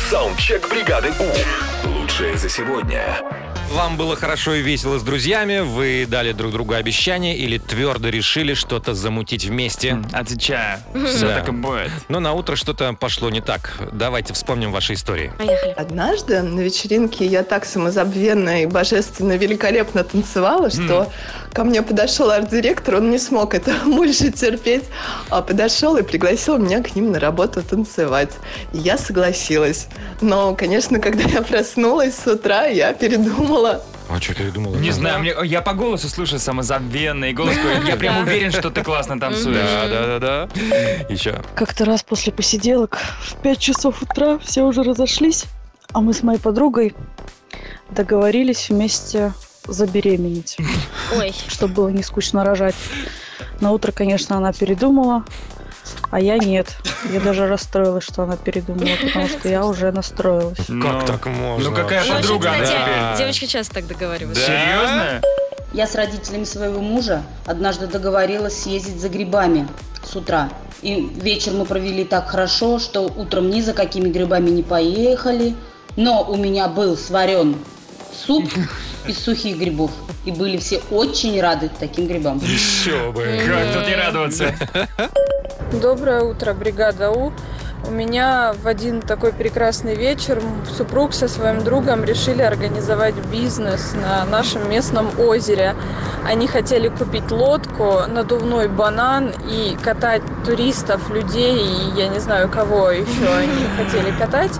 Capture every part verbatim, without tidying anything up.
Саундчек бригады У. Лучшее за сегодня. Вам было хорошо и весело с друзьями, вы дали друг другу обещание или твердо решили что-то замутить вместе. Отвечаю, все Да. так и будет. Но на утро что-то пошло не так. Давайте вспомним ваши истории. Поехали. Однажды на вечеринке я так самозабвенно и божественно великолепно танцевала, что ко мне подошел арт-директор, он не смог это больше терпеть, а подошел и пригласил меня к ним на работу танцевать. И я согласилась. Но, конечно, когда я проснулась с утра, я передумала. А что ты думала? Не знаю, мне, я по голосу слышу самозабвенный голос. Я прям уверен, что ты классно танцуешь. Да, да, да, да. Еще. Как-то раз после посиделок в пять часов утра все уже разошлись, а мы с моей подругой договорились вместе забеременеть, Ой. чтобы было не скучно рожать. На утро, конечно, она передумала, а я нет. Я даже расстроилась, что она передумала, потому что я уже настроилась. Как так можно? Ну какая Ну, подруга она кстати, теперь? девочки часто так договариваются. Серьезно? Я с родителями своего мужа однажды договорилась съездить за грибами с утра. И вечер мы провели так хорошо, что утром ни за какими грибами не поехали. Но у меня был сварен суп из сухих грибов. И были все очень рады таким грибам. Еще бы. Как тут не радоваться? Доброе утро, бригада У. У меня в один такой прекрасный вечер супруг со своим другом решили организовать бизнес на нашем местном озере. Они хотели купить лодку, надувной банан и катать туристов, людей, и я не знаю, кого еще они хотели катать.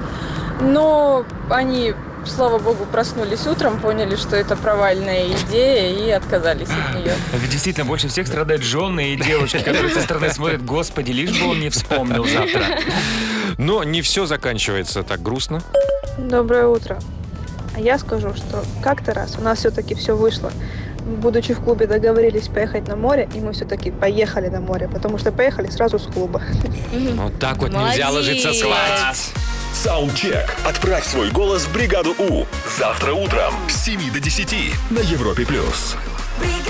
Но они, слава богу, проснулись утром, поняли, что это провальная идея и отказались от нее. Ведь действительно больше всех страдают жены и девушки, которые со стороны смотрят: Господи, лишь бы он не вспомнил завтра. Но не все заканчивается так грустно. Доброе утро. А я скажу, что как-то раз у нас все-таки все вышло. Будучи в клубе, договорились поехать на море, и мы все-таки поехали на море, потому что поехали сразу с клуба. Вот так вот нельзя Молодец. ложиться спать. Саундчек. Отправь свой голос в бригаду У. Завтра утром с семи до десяти на Европе плюс. бригада.